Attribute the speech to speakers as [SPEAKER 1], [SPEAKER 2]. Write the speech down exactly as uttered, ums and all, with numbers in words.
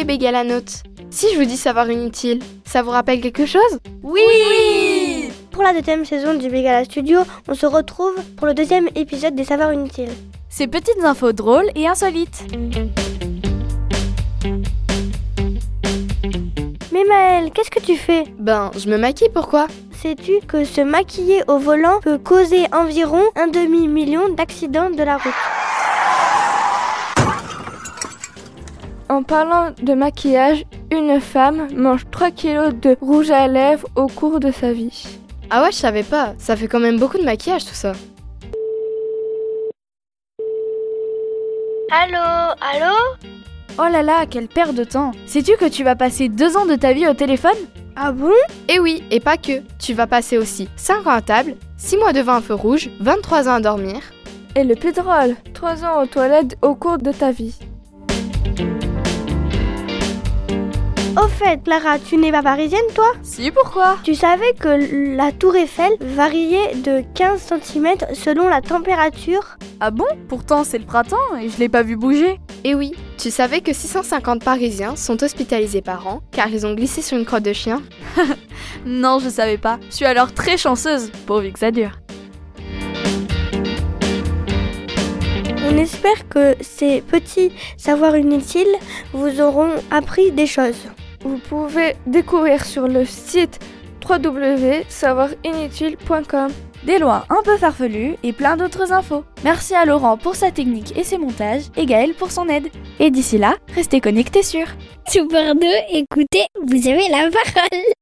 [SPEAKER 1] bégales à notes. Si je vous dis savoir inutile, ça vous rappelle quelque chose ?
[SPEAKER 2] Oui, oui.
[SPEAKER 3] Pour la deuxième saison du Bégala Studio, on se retrouve pour le deuxième épisode des savoirs inutiles.
[SPEAKER 2] Ces petites infos drôles et insolites.
[SPEAKER 3] Mais Maëlle, qu'est-ce que tu fais ?
[SPEAKER 1] Ben, je me maquille, pourquoi ?
[SPEAKER 3] Sais-tu que se maquiller au volant peut causer environ un demi-million d'accidents de la route ?
[SPEAKER 4] En parlant de maquillage, une femme mange trois kilos de rouge à lèvres au cours de sa vie.
[SPEAKER 1] Ah ouais, je savais pas. Ça fait quand même beaucoup de maquillage, tout ça.
[SPEAKER 3] Allô, allô ?
[SPEAKER 2] Oh là là, quelle perte de temps. Sais-tu que tu vas passer deux ans de ta vie au téléphone ?
[SPEAKER 3] Ah bon ?
[SPEAKER 1] Et oui, et pas que. Tu vas passer aussi cinq ans à table, six mois devant un feu rouge, vingt-trois ans à dormir.
[SPEAKER 4] Et le plus drôle, trois ans aux toilettes au cours de ta vie.
[SPEAKER 3] Au fait, Clara, tu n'es pas parisienne, toi ?
[SPEAKER 2] Si, pourquoi ?
[SPEAKER 3] Tu savais que la tour Eiffel variait de quinze centimètres selon la température ?
[SPEAKER 2] Ah bon ? Pourtant, c'est le printemps et je l'ai pas vu bouger.
[SPEAKER 1] Et oui, tu savais que six cent cinquante Parisiens sont hospitalisés par an car ils ont glissé sur une crotte de chien ?
[SPEAKER 2] Non, je savais pas. Je suis alors très chanceuse, pourvu que ça dure.
[SPEAKER 3] On espère que ces petits savoirs inutiles vous auront appris des choses.
[SPEAKER 4] Vous pouvez découvrir sur le site w w w point savoir inutile point com
[SPEAKER 2] des lois un peu farfelues et plein d'autres infos. Merci à Laurent pour sa technique et ses montages et Gaël pour son aide. Et d'ici là, restez connectés sur
[SPEAKER 5] Super deux, écoutez, vous avez la parole.